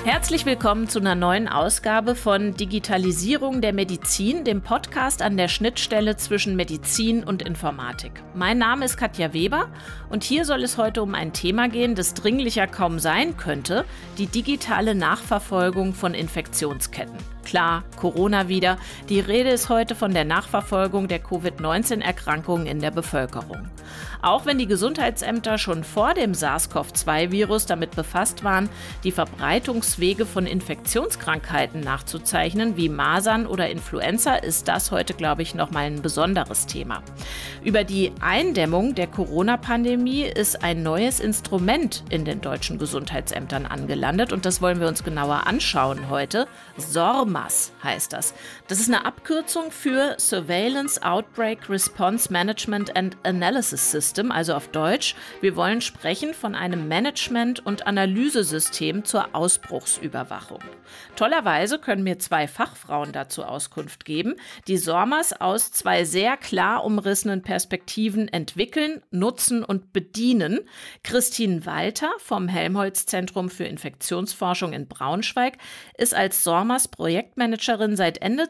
Herzlich willkommen zu einer neuen Ausgabe von Digitalisierung der Medizin, dem Podcast an der Schnittstelle zwischen Medizin und Informatik. Mein Name ist Katja Weber und hier soll es heute um ein Thema gehen, das dringlicher kaum sein könnte: die digitale Nachverfolgung von Infektionsketten. Klar, Corona wieder. Die Rede ist heute von der Nachverfolgung der Covid-19-Erkrankungen in der Bevölkerung. Auch wenn die Gesundheitsämter schon vor dem SARS-CoV-2-Virus damit befasst waren, die Verbreitungswege von Infektionskrankheiten nachzuzeichnen, wie Masern oder Influenza, ist das heute, glaube ich, nochmal ein besonderes Thema. Über die Eindämmung der Corona-Pandemie ist ein neues Instrument in den deutschen Gesundheitsämtern angelandet und das wollen wir uns genauer anschauen heute. SORMAS heißt das. Das ist eine Abkürzung für Surveillance Outbreak Response Management and Analysis System, also auf Deutsch. Wir wollen sprechen von einem Management- und Analysesystem zur Ausbruchsüberwachung. Tollerweise können mir zwei Fachfrauen dazu Auskunft geben, die SORMAS aus zwei sehr klar umrissenen Perspektiven entwickeln, nutzen und bedienen. Christine Walter vom Helmholtz-Zentrum für Infektionsforschung in Braunschweig ist als SORMAS Projektmanagerin seit Ende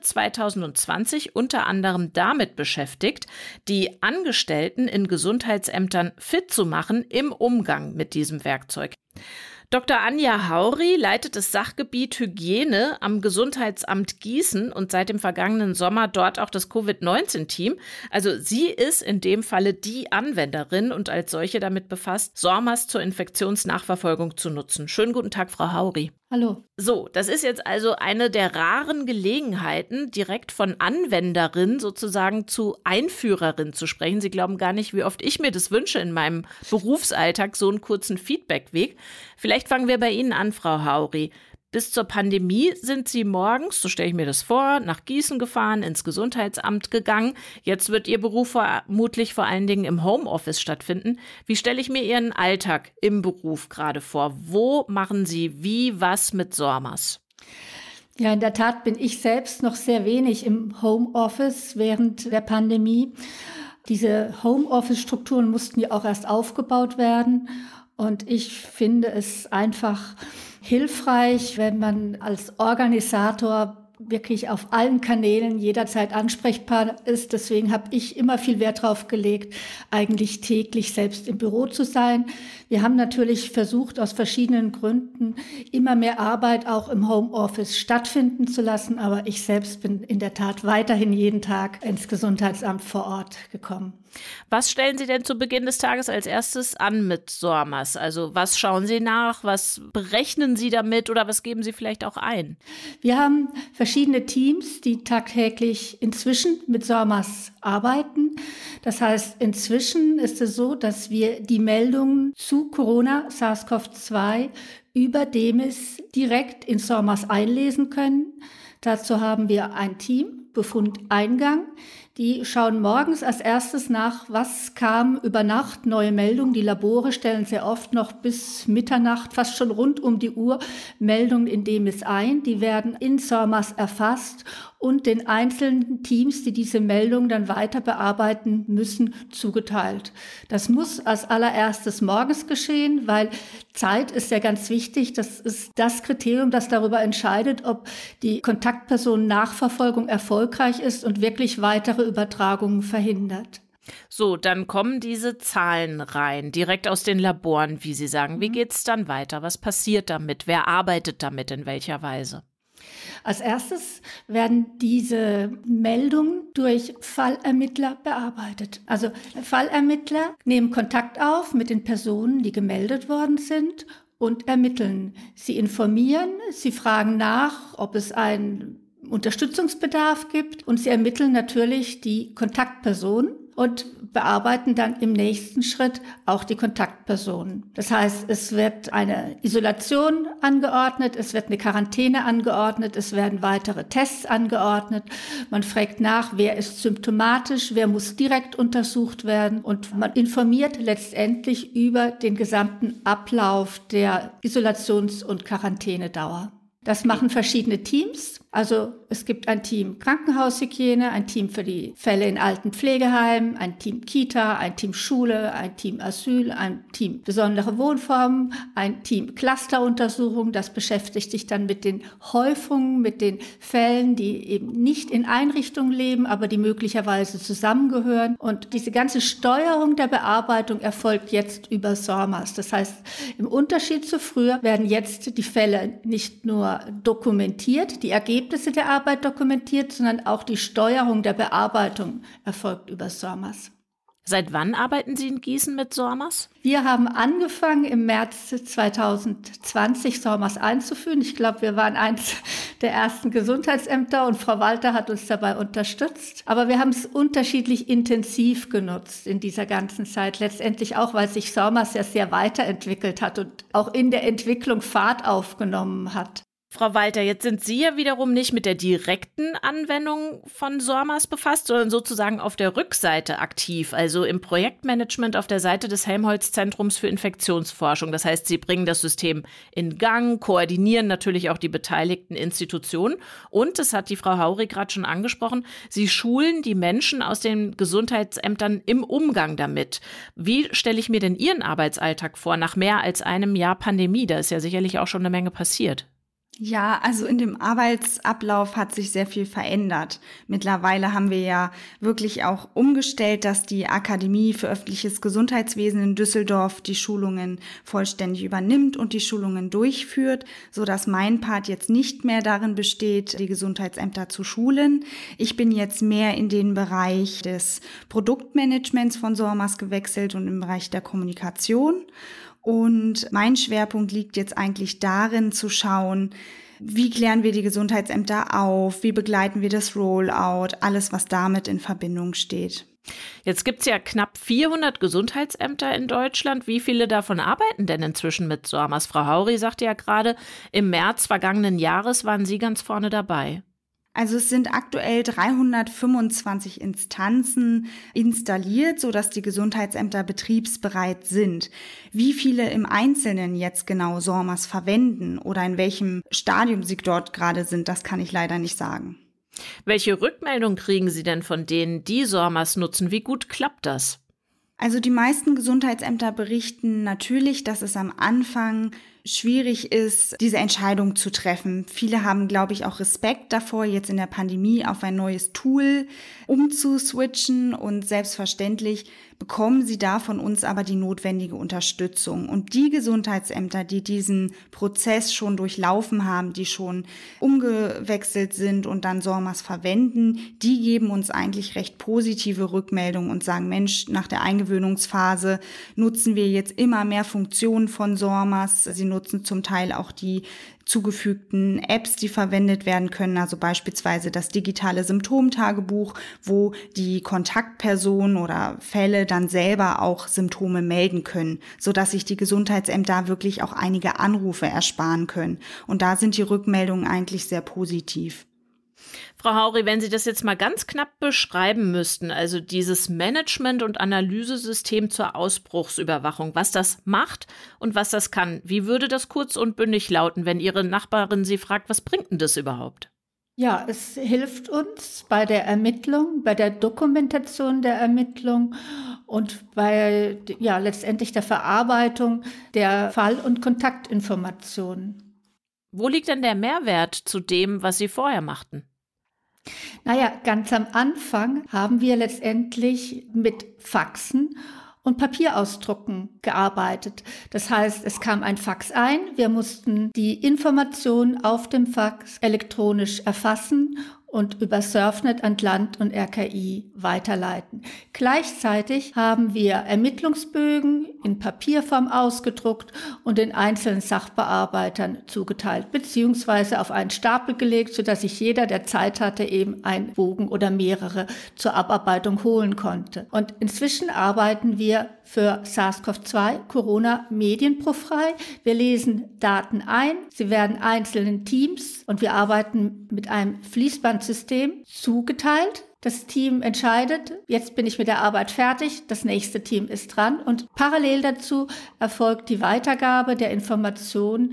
2020 unter anderem damit beschäftigt, die Angestellten in Gesundheitsämtern fit zu machen im Umgang mit diesem Werkzeug. Dr. Anja Hauri leitet das Sachgebiet Hygiene am Gesundheitsamt Gießen und seit dem vergangenen Sommer dort auch das Covid-19-Team. Also sie ist in dem Falle die Anwenderin und als solche damit befasst, SORMAS zur Infektionsnachverfolgung zu nutzen. Schönen guten Tag, Frau Hauri. Hallo. So, das ist jetzt also eine der raren Gelegenheiten, direkt von Anwenderin sozusagen zu Einführerin zu sprechen. Sie glauben gar nicht, wie oft ich mir das wünsche in meinem Berufsalltag, so einen kurzen Feedbackweg. Vielleicht fangen wir bei Ihnen an, Frau Hauri. Bis zur Pandemie sind Sie morgens, so stelle ich mir das vor, nach Gießen gefahren, ins Gesundheitsamt gegangen. Jetzt wird Ihr Beruf vermutlich vor allen Dingen im Homeoffice stattfinden. Wie stelle ich mir Ihren Alltag im Beruf gerade vor? Wo machen Sie wie was mit SORMAS? Ja, in der Tat bin ich selbst noch sehr wenig im Homeoffice während der Pandemie. Diese Homeoffice-Strukturen mussten ja auch erst aufgebaut werden. Und ich finde es einfach hilfreich, wenn man als Organisator wirklich auf allen Kanälen jederzeit ansprechbar ist. Deswegen habe ich immer viel Wert darauf gelegt, eigentlich täglich selbst im Büro zu sein. Wir haben natürlich versucht, aus verschiedenen Gründen immer mehr Arbeit auch im Homeoffice stattfinden zu lassen. Aber ich selbst bin in der Tat weiterhin jeden Tag ins Gesundheitsamt vor Ort gekommen. Was stellen Sie denn zu Beginn des Tages als erstes an mit SORMAS? Also was schauen Sie nach, was berechnen Sie damit oder was geben Sie vielleicht auch ein? Wir haben verschiedene Teams, die tagtäglich inzwischen mit SORMAS arbeiten. Das heißt, inzwischen ist es so, dass wir die Meldungen zu Corona, SARS-CoV-2 über DEMIS direkt in SORMAS einlesen können. Dazu haben wir ein Team, Befundeingang. Die schauen morgens als erstes nach, was kam über Nacht, neue Meldungen. Die Labore stellen sehr oft noch bis Mitternacht, fast schon rund um die Uhr, Meldungen in DEMIS ein. Die werden in SORMAS erfasst und den einzelnen Teams, die diese Meldungen dann weiter bearbeiten müssen, zugeteilt. Das muss als allererstes morgens geschehen, weil Zeit ist ja ganz wichtig. Das ist das Kriterium, das darüber entscheidet, ob die Kontaktpersonennachverfolgung erfolgreich ist und wirklich weitere Übertragungen verhindert. So, dann kommen diese Zahlen rein, direkt aus den Laboren, wie Sie sagen. Wie geht's dann weiter? Was passiert damit? Wer arbeitet damit? In welcher Weise? Als erstes werden diese Meldungen durch Fallermittler bearbeitet. Also Fallermittler nehmen Kontakt auf mit den Personen, die gemeldet worden sind und ermitteln. Sie informieren, sie fragen nach, ob es einen Unterstützungsbedarf gibt und sie ermitteln natürlich die Kontaktperson und bearbeiten dann im nächsten Schritt auch die Kontaktpersonen. Das heißt, es wird eine Isolation angeordnet, es wird eine Quarantäne angeordnet, es werden weitere Tests angeordnet. Man fragt nach, wer ist symptomatisch, wer muss direkt untersucht werden und man informiert letztendlich über den gesamten Ablauf der Isolations- und Quarantänedauer. Das machen verschiedene Teams. Also es gibt ein Team Krankenhaushygiene, ein Team für die Fälle in alten Pflegeheimen, ein Team Kita, ein Team Schule, ein Team Asyl, ein Team besondere Wohnformen, ein Team Clusteruntersuchung. Das beschäftigt sich dann mit den Häufungen, mit den Fällen, die eben nicht in Einrichtungen leben, aber die möglicherweise zusammengehören. Und diese ganze Steuerung der Bearbeitung erfolgt jetzt über SORMAS. Das heißt, im Unterschied zu früher werden jetzt die Fälle nicht nur dokumentiert, die Ergebnisse der Arbeit dokumentiert, sondern auch die Steuerung der Bearbeitung erfolgt über SORMAS. Seit wann arbeiten Sie in Gießen mit SORMAS? Wir haben angefangen, im März 2020 SORMAS einzuführen. Ich glaube, wir waren eins der ersten Gesundheitsämter und Frau Walter hat uns dabei unterstützt. Aber wir haben es unterschiedlich intensiv genutzt in dieser ganzen Zeit. Letztendlich auch, weil sich SORMAS ja sehr weiterentwickelt hat und auch in der Entwicklung Fahrt aufgenommen hat. Frau Walter, jetzt sind Sie ja wiederum nicht mit der direkten Anwendung von SORMAS befasst, sondern sozusagen auf der Rückseite aktiv, also im Projektmanagement auf der Seite des Helmholtz-Zentrums für Infektionsforschung. Das heißt, Sie bringen das System in Gang, koordinieren natürlich auch die beteiligten Institutionen und, das hat die Frau Haury gerade schon angesprochen, Sie schulen die Menschen aus den Gesundheitsämtern im Umgang damit. Wie stelle ich mir denn Ihren Arbeitsalltag vor nach mehr als einem Jahr Pandemie? Da ist ja sicherlich auch schon eine Menge passiert. Ja, also in dem Arbeitsablauf hat sich sehr viel verändert. Mittlerweile haben wir ja wirklich auch umgestellt, dass die Akademie für öffentliches Gesundheitswesen in Düsseldorf die Schulungen vollständig übernimmt und die Schulungen durchführt, sodass mein Part jetzt nicht mehr darin besteht, die Gesundheitsämter zu schulen. Ich bin jetzt mehr in den Bereich des Produktmanagements von SORMAS gewechselt und im Bereich der Kommunikation. Und mein Schwerpunkt liegt jetzt eigentlich darin zu schauen, wie klären wir die Gesundheitsämter auf, wie begleiten wir das Rollout, alles, was damit in Verbindung steht. Jetzt gibt es ja knapp 400 Gesundheitsämter in Deutschland. Wie viele davon arbeiten denn inzwischen mit SORMAS? Frau Haury sagte ja gerade, im März vergangenen Jahres waren Sie ganz vorne dabei. Also es sind aktuell 325 Instanzen installiert, sodass die Gesundheitsämter betriebsbereit sind. Wie viele im Einzelnen jetzt genau SORMAS verwenden oder in welchem Stadium sie dort gerade sind, das kann ich leider nicht sagen. Welche Rückmeldung kriegen Sie denn von denen, die SORMAS nutzen? Wie gut klappt das? Also die meisten Gesundheitsämter berichten natürlich, dass es am Anfang schwierig ist, diese Entscheidung zu treffen. Viele haben, glaube ich, auch Respekt davor, jetzt in der Pandemie auf ein neues Tool umzuswitchen und selbstverständlich bekommen sie da von uns aber die notwendige Unterstützung. Und die Gesundheitsämter, die diesen Prozess schon durchlaufen haben, die schon umgewechselt sind und dann SORMAS verwenden, die geben uns eigentlich recht positive Rückmeldungen und sagen, Mensch, nach der Eingewöhnungsphase nutzen wir jetzt immer mehr Funktionen von SORMAS. Sie nutzen zum Teil auch die zugefügten Apps, die verwendet werden können, also beispielsweise das digitale Symptomtagebuch, wo die Kontaktpersonen oder Fälle dann selber auch Symptome melden können, sodass sich die Gesundheitsämter wirklich auch einige Anrufe ersparen können. Und da sind die Rückmeldungen eigentlich sehr positiv. Frau Haury, wenn Sie das jetzt mal ganz knapp beschreiben müssten, also dieses Management- und Analysesystem zur Ausbruchsüberwachung, was das macht und was das kann, wie würde das kurz und bündig lauten, wenn Ihre Nachbarin Sie fragt, was bringt denn das überhaupt? Ja, es hilft uns bei der Ermittlung, bei der Dokumentation der Ermittlung und bei letztendlich der Verarbeitung der Fall- und Kontaktinformationen. Wo liegt denn der Mehrwert zu dem, was Sie vorher machten? Naja, ganz am Anfang haben wir letztendlich mit Faxen und Papierausdrucken gearbeitet. Das heißt, es kam ein Fax ein, wir mussten die Information auf dem Fax elektronisch erfassen und über Surfnet an Land und RKI weiterleiten. Gleichzeitig haben wir Ermittlungsbögen in Papierform ausgedruckt und den einzelnen Sachbearbeitern zugeteilt, beziehungsweise auf einen Stapel gelegt, sodass sich jeder, der Zeit hatte, eben einen Bogen oder mehrere zur Abarbeitung holen konnte. Und inzwischen arbeiten wir für SARS-CoV-2 Corona medienprofrei. Wir lesen Daten ein, sie werden einzelnen Teams und wir arbeiten mit einem Fließbandsystem zugeteilt. Das Team entscheidet, jetzt bin ich mit der Arbeit fertig, das nächste Team ist dran und parallel dazu erfolgt die Weitergabe der Informationen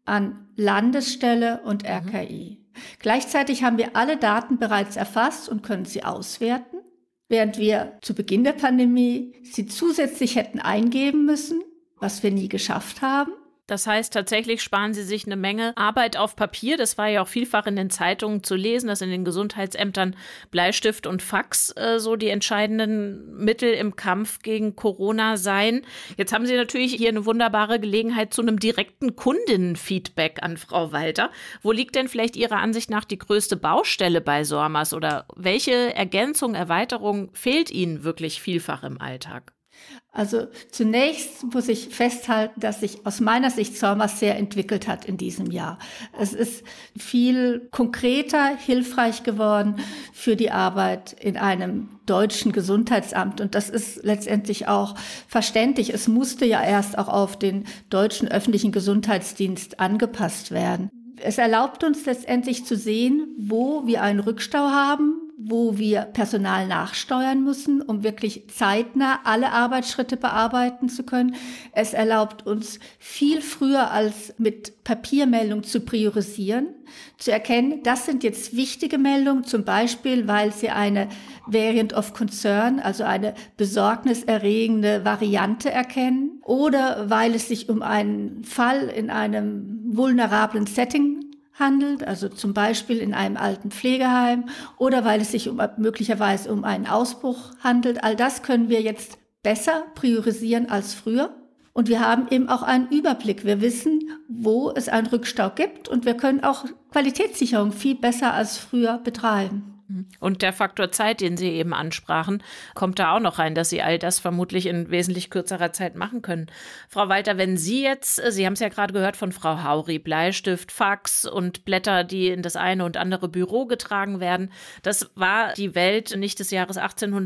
an Landesstelle und RKI. Gleichzeitig haben wir alle Daten bereits erfasst und können sie auswerten, während wir zu Beginn der Pandemie sie zusätzlich hätten eingeben müssen, was wir nie geschafft haben. Das heißt, tatsächlich sparen Sie sich eine Menge Arbeit auf Papier. Das war ja auch vielfach in den Zeitungen zu lesen, dass in den Gesundheitsämtern Bleistift und Fax so die entscheidenden Mittel im Kampf gegen Corona seien. Jetzt haben Sie natürlich hier eine wunderbare Gelegenheit zu einem direkten Kundinnenfeedback an Frau Walter. Wo liegt denn vielleicht Ihrer Ansicht nach die größte Baustelle bei SORMAS oder welche Ergänzung, Erweiterung fehlt Ihnen wirklich vielfach im Alltag? Also zunächst muss ich festhalten, dass sich aus meiner Sicht SORMAS sehr entwickelt hat in diesem Jahr. Es ist viel konkreter, hilfreich geworden für die Arbeit in einem deutschen Gesundheitsamt. Und das ist letztendlich auch verständlich. Es musste ja erst auch auf den deutschen öffentlichen Gesundheitsdienst angepasst werden. Es erlaubt uns letztendlich zu sehen, wo wir einen Rückstau haben, wo wir Personal nachsteuern müssen, um wirklich zeitnah alle Arbeitsschritte bearbeiten zu können. Es erlaubt uns viel früher als mit Papiermeldung zu priorisieren, zu erkennen, das sind jetzt wichtige Meldungen, zum Beispiel, weil sie eine Variant of Concern, also eine besorgniserregende Variante erkennen, oder weil es sich um einen Fall in einem vulnerablen Setting handelt, also zum Beispiel in einem alten Pflegeheim, oder weil es sich möglicherweise um einen Ausbruch handelt. All das können wir jetzt besser priorisieren als früher. Und wir haben eben auch einen Überblick. Wir wissen, wo es einen Rückstau gibt, und wir können auch Qualitätssicherung viel besser als früher betreiben. Und der Faktor Zeit, den Sie eben ansprachen, kommt da auch noch rein, dass Sie all das vermutlich in wesentlich kürzerer Zeit machen können. Frau Walter, wenn Sie jetzt, Sie haben es ja gerade gehört von Frau Haury, Bleistift, Fax und Blätter, die in das eine und andere Büro getragen werden, das war die Welt nicht des Jahres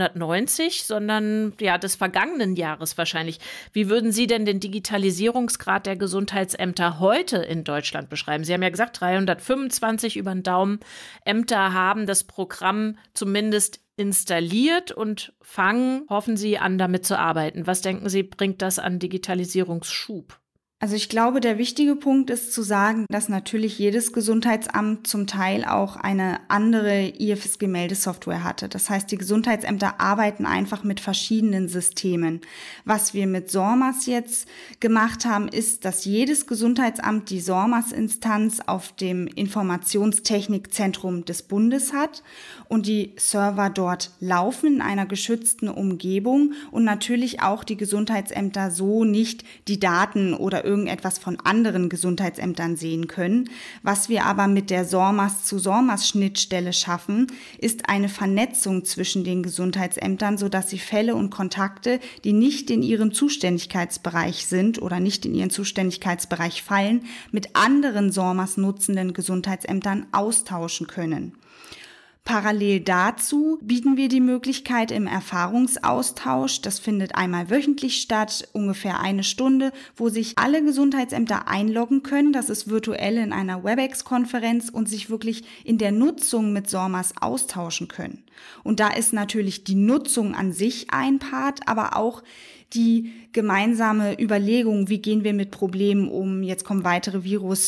1890, sondern ja des vergangenen Jahres wahrscheinlich. Wie würden Sie denn den Digitalisierungsgrad der Gesundheitsämter heute in Deutschland beschreiben? Sie haben ja gesagt, 325 über den Daumen Ämter haben das Programm zumindest installiert und fangen, hoffen Sie, an, damit zu arbeiten. Was denken Sie, bringt das an Digitalisierungsschub? Also ich glaube, der wichtige Punkt ist zu sagen, dass natürlich jedes Gesundheitsamt zum Teil auch eine andere IFSG-Meldesoftware hatte. Das heißt, die Gesundheitsämter arbeiten einfach mit verschiedenen Systemen. Was wir mit SORMAS jetzt gemacht haben, ist, dass jedes Gesundheitsamt die SORMAS-Instanz auf dem Informationstechnikzentrum des Bundes hat und die Server dort laufen in einer geschützten Umgebung und natürlich auch die Gesundheitsämter so nicht die Daten oder irgendetwas von anderen Gesundheitsämtern sehen können. Was wir aber mit der SORMAS zu SORMAS Schnittstelle schaffen, ist eine Vernetzung zwischen den Gesundheitsämtern, sodass sie Fälle und Kontakte, die nicht in ihrem Zuständigkeitsbereich sind oder nicht in ihren Zuständigkeitsbereich fallen, mit anderen SORMAS nutzenden Gesundheitsämtern austauschen können. Parallel dazu bieten wir die Möglichkeit im Erfahrungsaustausch, das findet einmal wöchentlich statt, ungefähr 1 Stunde, wo sich alle Gesundheitsämter einloggen können, das ist virtuell in einer WebEx-Konferenz, und sich wirklich in der Nutzung mit SORMAS austauschen können. Und da ist natürlich die Nutzung an sich ein Part, aber auch die gemeinsame Überlegung, wie gehen wir mit Problemen um, jetzt kommen weitere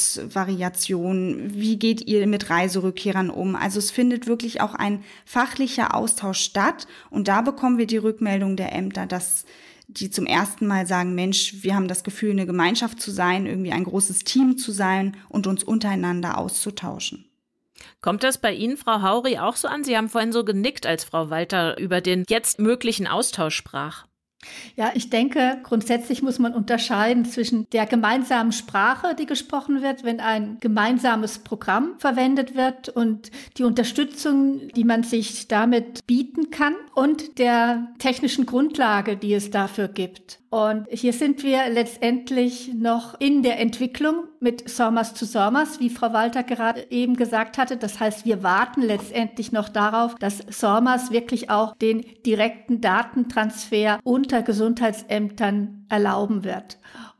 Virusvariationen, wie geht ihr mit Reiserückkehrern um? Also es findet wirklich auch ein fachlicher Austausch statt, und da bekommen wir die Rückmeldung der Ämter, dass die zum ersten Mal sagen, Mensch, wir haben das Gefühl, eine Gemeinschaft zu sein, irgendwie ein großes Team zu sein und uns untereinander auszutauschen. Kommt das bei Ihnen, Frau Haury, auch so an? Sie haben vorhin so genickt, als Frau Walter über den jetzt möglichen Austausch sprach. Ja, ich denke, grundsätzlich muss man unterscheiden zwischen der gemeinsamen Sprache, die gesprochen wird, wenn ein gemeinsames Programm verwendet wird, und die Unterstützung, die man sich damit bieten kann, und der technischen Grundlage, die es dafür gibt. Und hier sind wir letztendlich noch in der Entwicklung mit SORMAS zu SORMAS, wie Frau Walter gerade eben gesagt hatte. Das heißt, wir warten letztendlich noch darauf, dass SORMAS wirklich auch den direkten Datentransfer unter Gesundheitsämtern erlauben wird.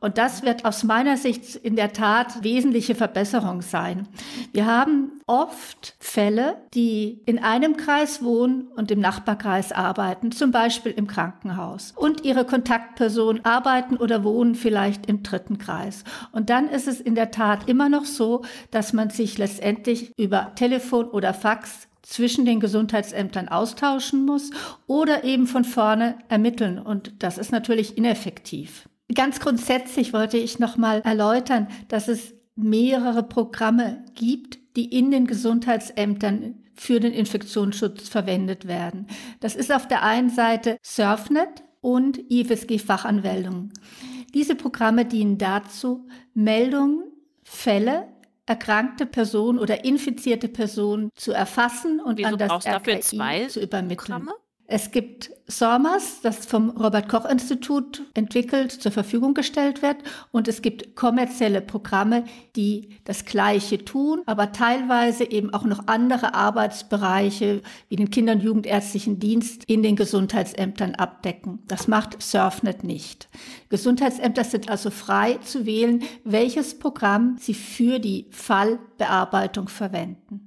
Und das wird aus meiner Sicht in der Tat wesentliche Verbesserung sein. Wir haben oft Fälle, die in einem Kreis wohnen und im Nachbarkreis arbeiten, zum Beispiel im Krankenhaus. Und ihre Kontaktpersonen arbeiten oder wohnen vielleicht im dritten Kreis. Und dann ist es in der Tat immer noch so, dass man sich letztendlich über Telefon oder Fax zwischen den Gesundheitsämtern austauschen muss oder eben von vorne ermitteln. Und das ist natürlich ineffektiv. Ganz grundsätzlich wollte ich nochmal erläutern, dass es mehrere Programme gibt, die in den Gesundheitsämtern für den Infektionsschutz verwendet werden. Das ist auf der einen Seite Surfnet und IFSG-Fachanmeldungen. Diese Programme dienen dazu, Meldungen, Fälle, erkrankte Personen oder infizierte Personen zu erfassen und an das RKI zu übermitteln. Programme? Es gibt SORMAS, das vom Robert-Koch-Institut entwickelt, zur Verfügung gestellt wird. Und es gibt kommerzielle Programme, die das Gleiche tun, aber teilweise eben auch noch andere Arbeitsbereiche wie den Kinder- und Jugendärztlichen Dienst in den Gesundheitsämtern abdecken. Das macht Surfnet nicht. Gesundheitsämter sind also frei zu wählen, welches Programm sie für die Fallbearbeitung verwenden.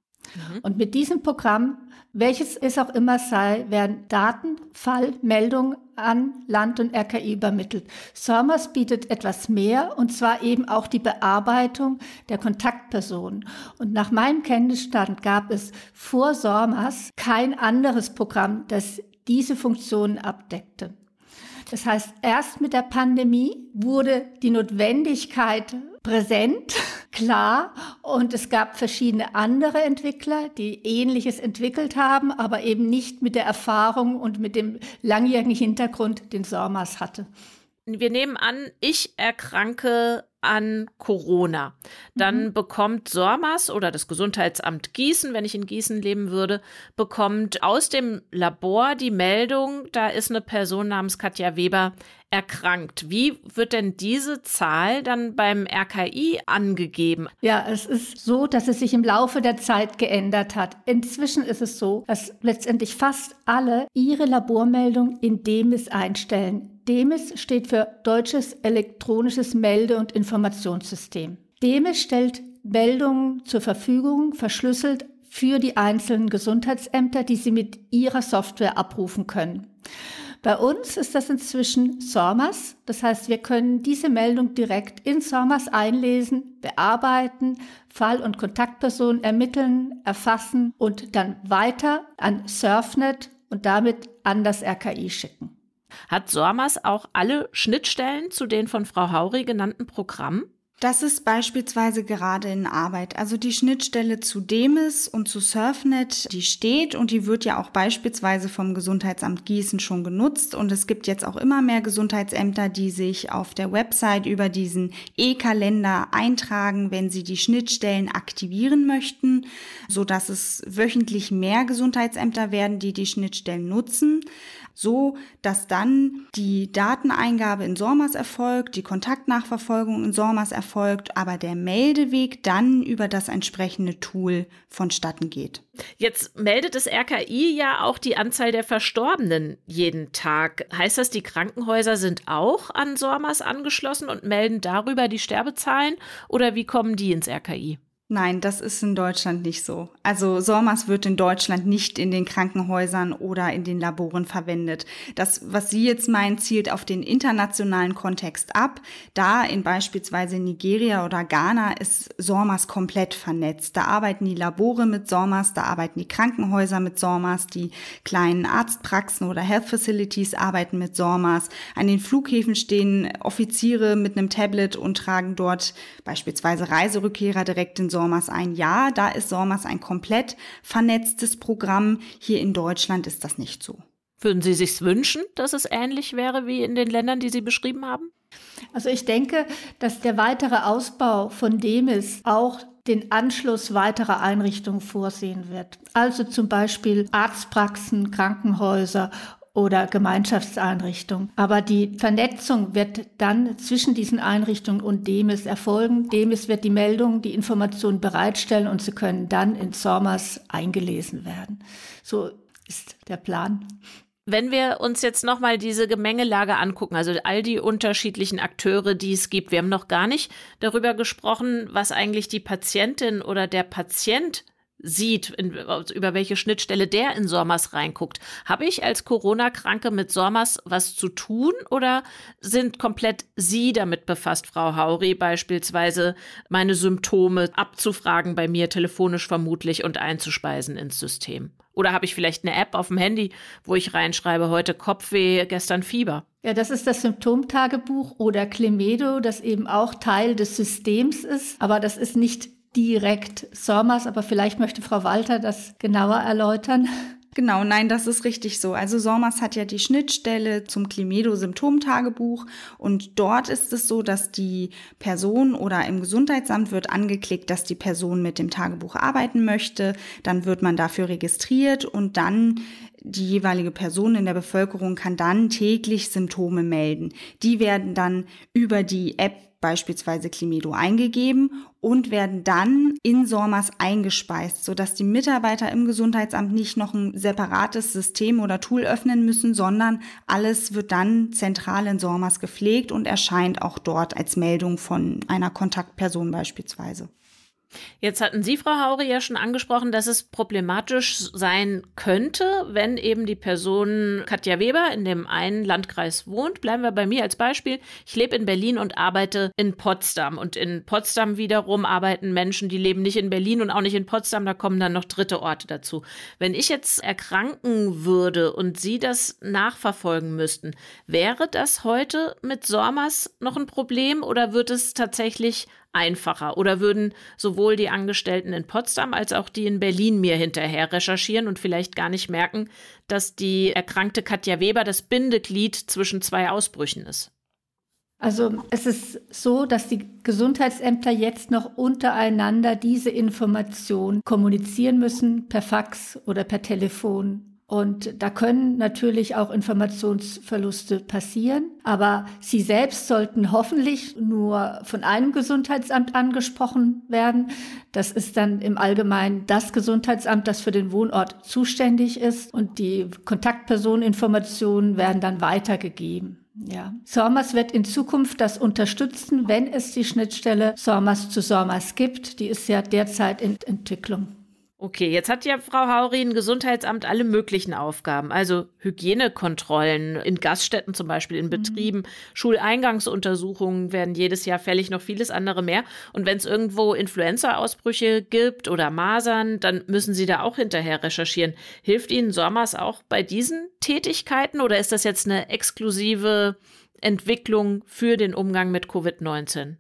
Und mit diesem Programm, welches es auch immer sei, werden Daten, Fallmeldungen an Land und RKI übermittelt. SORMAS bietet etwas mehr, und zwar eben auch die Bearbeitung der Kontaktpersonen. Und nach meinem Kenntnisstand gab es vor SORMAS kein anderes Programm, das diese Funktionen abdeckte. Das heißt, erst mit der Pandemie wurde die Notwendigkeit präsent, klar, und es gab verschiedene andere Entwickler, die Ähnliches entwickelt haben, aber eben nicht mit der Erfahrung und mit dem langjährigen Hintergrund, den SORMAS hatte. Wir nehmen an, ich erkranke an Corona. Dann bekommt SORMAS oder das Gesundheitsamt Gießen, wenn ich in Gießen leben würde, bekommt aus dem Labor die Meldung, da ist eine Person namens Katja Weber erkrankt. Wie wird denn diese Zahl dann beim RKI angegeben? Ja, es ist so, dass es sich im Laufe der Zeit geändert hat. Inzwischen ist es so, dass letztendlich fast alle ihre Labormeldung in DEMIS einstellen. DEMIS steht für Deutsches Elektronisches Melde- und Informationssystem. DEMIS stellt Meldungen zur Verfügung, verschlüsselt für die einzelnen Gesundheitsämter, die sie mit ihrer Software abrufen können. Bei uns ist das inzwischen SORMAS. Das heißt, wir können diese Meldung direkt in SORMAS einlesen, bearbeiten, Fall- und Kontaktpersonen ermitteln, erfassen und dann weiter an Surfnet und damit an das RKI schicken. Hat SORMAS auch alle Schnittstellen zu den von Frau Haury genannten Programmen? Das ist beispielsweise gerade in Arbeit. Also die Schnittstelle zu DEMIS und zu Surfnet, die steht und die wird ja auch beispielsweise vom Gesundheitsamt Gießen schon genutzt. Und es gibt jetzt auch immer mehr Gesundheitsämter, die sich auf der Website über diesen E-Kalender eintragen, wenn sie die Schnittstellen aktivieren möchten, sodass es wöchentlich mehr Gesundheitsämter werden, die die Schnittstellen nutzen. So, dass dann die Dateneingabe in SORMAS erfolgt, die Kontaktnachverfolgung in SORMAS erfolgt, aber der Meldeweg dann über das entsprechende Tool vonstatten geht. Jetzt meldet das RKI ja auch die Anzahl der Verstorbenen jeden Tag. Heißt das, die Krankenhäuser sind auch an SORMAS angeschlossen und melden darüber die Sterbezahlen? Oder wie kommen die ins RKI? Nein, das ist in Deutschland nicht so. Also SORMAS wird in Deutschland nicht in den Krankenhäusern oder in den Laboren verwendet. Das, was Sie jetzt meinen, zielt auf den internationalen Kontext ab. Da in beispielsweise Nigeria oder Ghana ist SORMAS komplett vernetzt. Da arbeiten die Labore mit SORMAS, da arbeiten die Krankenhäuser mit SORMAS, die kleinen Arztpraxen oder Health Facilities arbeiten mit SORMAS. An den Flughäfen stehen Offiziere mit einem Tablet und tragen dort beispielsweise Reiserückkehrer direkt in SORMAS ein. Ja, da ist SORMAS ein komplett vernetztes Programm. Hier in Deutschland ist das nicht so. Würden Sie sich wünschen, dass es ähnlich wäre wie in den Ländern, die Sie beschrieben haben? Also ich denke, dass der weitere Ausbau von DEMIS auch den Anschluss weiterer Einrichtungen vorsehen wird. Also zum Beispiel Arztpraxen, Krankenhäuser oder Gemeinschaftseinrichtungen. Aber die Vernetzung wird dann zwischen diesen Einrichtungen und DEMIS erfolgen. DEMIS wird die Meldungen, die Informationen bereitstellen und sie können dann in SORMAS eingelesen werden. So ist der Plan. Wenn wir uns jetzt nochmal diese Gemengelage angucken, also all die unterschiedlichen Akteure, die es gibt, wir haben noch gar nicht darüber gesprochen, was eigentlich die Patientin oder der Patient sieht, über welche Schnittstelle der in SORMAS reinguckt. Habe ich als Corona-Kranke mit SORMAS was zu tun oder sind komplett Sie damit befasst, Frau Haury, beispielsweise meine Symptome abzufragen bei mir, telefonisch vermutlich, und einzuspeisen ins System? Oder habe ich vielleicht eine App auf dem Handy, wo ich reinschreibe, heute Kopfweh, gestern Fieber? Ja, das ist das Symptomtagebuch oder Klimedo, das eben auch Teil des Systems ist, aber das ist nicht direkt SORMAS, aber vielleicht möchte Frau Walter das genauer erläutern. Genau, nein, das ist richtig so. Also SORMAS hat ja die Schnittstelle zum Klimedo-Symptomtagebuch und dort ist es so, dass die Person oder im Gesundheitsamt wird angeklickt, dass die Person mit dem Tagebuch arbeiten möchte. Dann wird man dafür registriert und dann die jeweilige Person in der Bevölkerung kann dann täglich Symptome melden. Die werden dann über die App beispielsweise Klimedo eingegeben und werden dann in SORMAS eingespeist, sodass die Mitarbeiter im Gesundheitsamt nicht noch ein separates System oder Tool öffnen müssen, sondern alles wird dann zentral in SORMAS gepflegt und erscheint auch dort als Meldung von einer Kontaktperson beispielsweise. Jetzt hatten Sie, Frau Haury, ja schon angesprochen, dass es problematisch sein könnte, wenn eben die Person Katja Weber in dem einen Landkreis wohnt. Bleiben wir bei mir als Beispiel. Ich lebe in Berlin und arbeite in Potsdam. Und in Potsdam wiederum arbeiten Menschen, die leben nicht in Berlin und auch nicht in Potsdam. Da kommen dann noch dritte Orte dazu. Wenn ich jetzt erkranken würde und Sie das nachverfolgen müssten, wäre das heute mit SORMAS noch ein Problem oder wird es tatsächlich einfacher? Oder würden sowohl die Angestellten in Potsdam als auch die in Berlin mir hinterher recherchieren und vielleicht gar nicht merken, dass die erkrankte Katja Weber das Bindeglied zwischen zwei Ausbrüchen ist? Also es ist so, dass die Gesundheitsämter jetzt noch untereinander diese Information kommunizieren müssen, per Fax oder per Telefon. Und da können natürlich auch Informationsverluste passieren. Aber Sie selbst sollten hoffentlich nur von einem Gesundheitsamt angesprochen werden. Das ist dann im Allgemeinen das Gesundheitsamt, das für den Wohnort zuständig ist. Und die Kontaktpersoneninformationen werden dann weitergegeben. Ja. SORMAS wird in Zukunft das unterstützen, wenn es die Schnittstelle SORMAS zu SORMAS gibt. Die ist ja derzeit in Entwicklung. Okay, jetzt hat ja Frau Haury ein Gesundheitsamt alle möglichen Aufgaben, also Hygienekontrollen in Gaststätten zum Beispiel, in Betrieben, Schuleingangsuntersuchungen werden jedes Jahr fällig, noch vieles andere mehr. Und wenn es irgendwo Influenza-Ausbrüche gibt oder Masern, dann müssen Sie da auch hinterher recherchieren. Hilft Ihnen SORMAS auch bei diesen Tätigkeiten oder ist das jetzt eine exklusive Entwicklung für den Umgang mit Covid-19?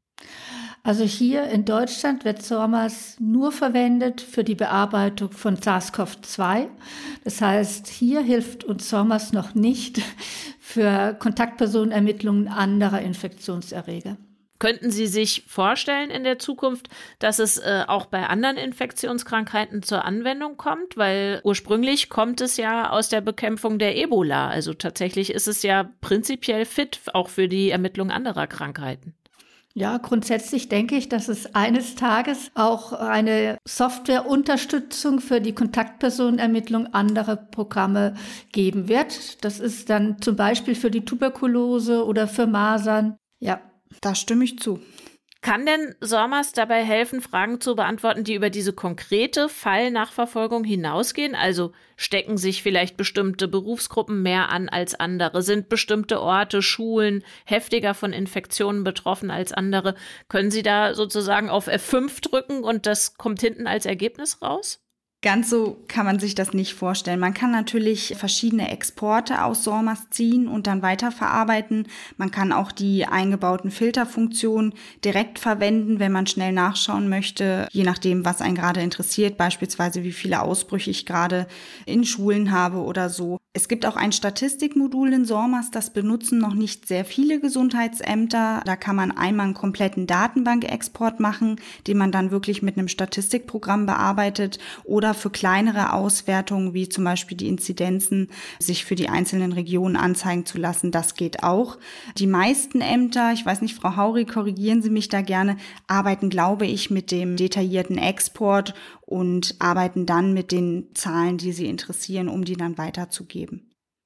Also hier in Deutschland wird SORMAS nur verwendet für die Bearbeitung von SARS-CoV-2. Das heißt, hier hilft uns SORMAS noch nicht für Kontaktpersonenermittlungen anderer Infektionserreger. Könnten Sie sich vorstellen in der Zukunft, dass es auch bei anderen Infektionskrankheiten zur Anwendung kommt? Weil ursprünglich kommt es ja aus der Bekämpfung der Ebola. Also tatsächlich ist es ja prinzipiell fit, auch für die Ermittlung anderer Krankheiten. Ja, grundsätzlich denke ich, dass es eines Tages auch eine Softwareunterstützung für die Kontaktpersonenermittlung anderer Programme geben wird. Das ist dann zum Beispiel für die Tuberkulose oder für Masern. Ja, da stimme ich zu. Kann denn SORMAS dabei helfen, Fragen zu beantworten, die über diese konkrete Fallnachverfolgung hinausgehen? Also stecken sich vielleicht bestimmte Berufsgruppen mehr an als andere? Sind bestimmte Orte, Schulen heftiger von Infektionen betroffen als andere? Können Sie da sozusagen auf F5 drücken und das kommt hinten als Ergebnis raus? Ganz so kann man sich das nicht vorstellen. Man kann natürlich verschiedene Exporte aus SORMAS ziehen und dann weiterverarbeiten. Man kann auch die eingebauten Filterfunktionen direkt verwenden, wenn man schnell nachschauen möchte, je nachdem, was einen gerade interessiert, beispielsweise wie viele Ausbrüche ich gerade in Schulen habe oder so. Es gibt auch ein Statistikmodul in SORMAS, das benutzen noch nicht sehr viele Gesundheitsämter. Da kann man einmal einen kompletten Datenbankexport machen, den man dann wirklich mit einem Statistikprogramm bearbeitet oder für kleinere Auswertungen, wie zum Beispiel die Inzidenzen, sich für die einzelnen Regionen anzeigen zu lassen. Das geht auch. Die meisten Ämter, ich weiß nicht, Frau Haury, korrigieren Sie mich da gerne, arbeiten, glaube ich, mit dem detaillierten Export und arbeiten dann mit den Zahlen, die sie interessieren, um die dann weiterzugeben.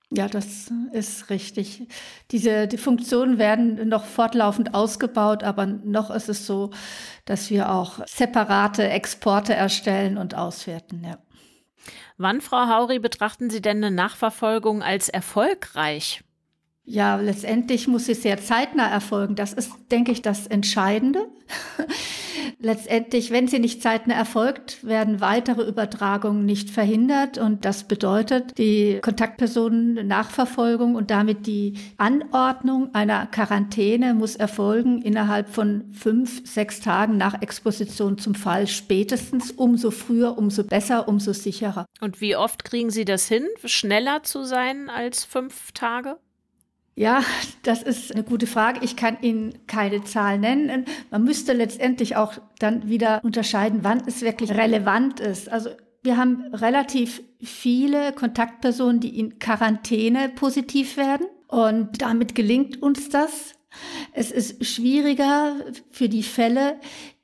Ja, das ist richtig. Die Funktionen werden noch fortlaufend ausgebaut, aber noch ist es so, dass wir auch separate Exporte erstellen und auswerten, ja. Wann, Frau Haury, betrachten Sie denn eine Nachverfolgung als erfolgreich? Ja, letztendlich muss sie sehr zeitnah erfolgen. Das ist, denke ich, das Entscheidende. Letztendlich, wenn sie nicht zeitnah erfolgt, werden weitere Übertragungen nicht verhindert. Und das bedeutet, die Kontaktpersonennachverfolgung und damit die Anordnung einer Quarantäne muss erfolgen innerhalb von 5-6 Tagen nach Exposition zum Fall. Spätestens, umso früher, umso besser, umso sicherer. Und wie oft kriegen Sie das hin, schneller zu sein als 5 Tage? Ja, das ist eine gute Frage. Ich kann Ihnen keine Zahl nennen. Man müsste letztendlich auch dann wieder unterscheiden, wann es wirklich relevant ist. Also wir haben relativ viele Kontaktpersonen, die in Quarantäne positiv werden. Und damit gelingt uns das. Es ist schwieriger für die Fälle,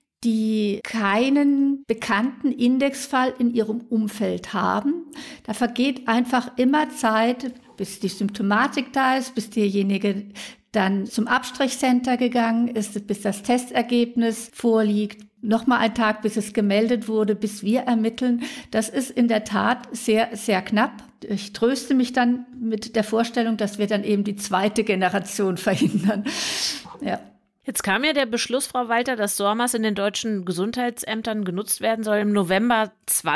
die keinen bekannten Indexfall in ihrem Umfeld haben. Da vergeht einfach immer Zeit, bis die Symptomatik da ist, bis derjenige dann zum Abstrichcenter gegangen ist, bis das Testergebnis vorliegt. Nochmal ein Tag, bis es gemeldet wurde, bis wir ermitteln. Das ist in der Tat sehr, sehr knapp. Ich tröste mich dann mit der Vorstellung, dass wir dann eben die zweite Generation verhindern. Ja. Jetzt kam ja der Beschluss, Frau Walter, dass SORMAS in den deutschen Gesundheitsämtern genutzt werden soll im November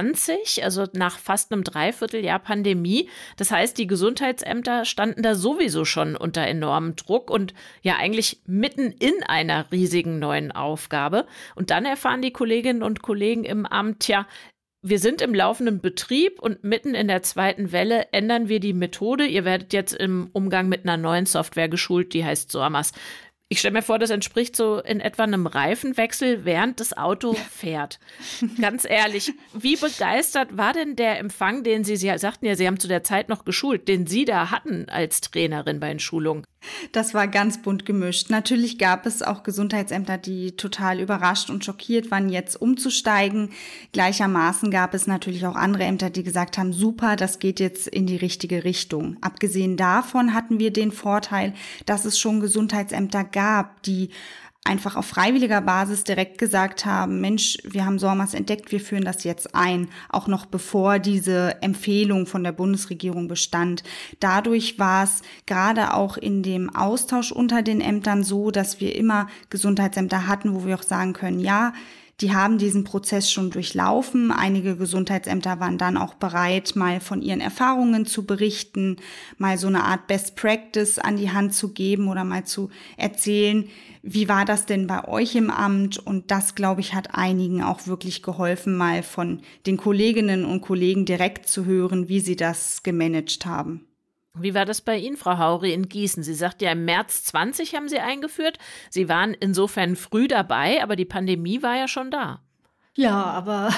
20, also nach fast einem Dreivierteljahr Pandemie. Das heißt, die Gesundheitsämter standen da sowieso schon unter enormem Druck und ja eigentlich mitten in einer riesigen neuen Aufgabe. Und dann erfahren die Kolleginnen und Kollegen im Amt, ja, wir sind im laufenden Betrieb und mitten in der zweiten Welle ändern wir die Methode. Ihr werdet jetzt im Umgang mit einer neuen Software geschult, die heißt SORMAS. Ich stelle mir vor, das entspricht so in etwa einem Reifenwechsel, während das Auto fährt. Ganz ehrlich, wie begeistert war denn der Empfang, den Sie sagten ja, Sie haben zu der Zeit noch geschult, den Sie da hatten als Trainerin bei den Schulungen? Das war ganz bunt gemischt. Natürlich gab es auch Gesundheitsämter, die total überrascht und schockiert waren, jetzt umzusteigen. Gleichermaßen gab es natürlich auch andere Ämter, die gesagt haben, super, das geht jetzt in die richtige Richtung. Abgesehen davon hatten wir den Vorteil, dass es schon Gesundheitsämter gab, die einfach auf freiwilliger Basis direkt gesagt haben, Mensch, wir haben SORMAS entdeckt, wir führen das jetzt ein, auch noch bevor diese Empfehlung von der Bundesregierung bestand. Dadurch war es gerade auch in dem Austausch unter den Ämtern so, dass wir immer Gesundheitsämter hatten, wo wir auch sagen können, ja, die haben diesen Prozess schon durchlaufen. Einige Gesundheitsämter waren dann auch bereit, mal von ihren Erfahrungen zu berichten, mal so eine Art Best Practice an die Hand zu geben oder mal zu erzählen, wie war das denn bei euch im Amt? Und das, glaube ich, hat einigen auch wirklich geholfen, mal von den Kolleginnen und Kollegen direkt zu hören, wie sie das gemanagt haben. Wie war das bei Ihnen, Frau Haury, in Gießen? Sie sagt ja, im März 20 haben Sie eingeführt. Sie waren insofern früh dabei, aber die Pandemie war ja schon da. Ja, aber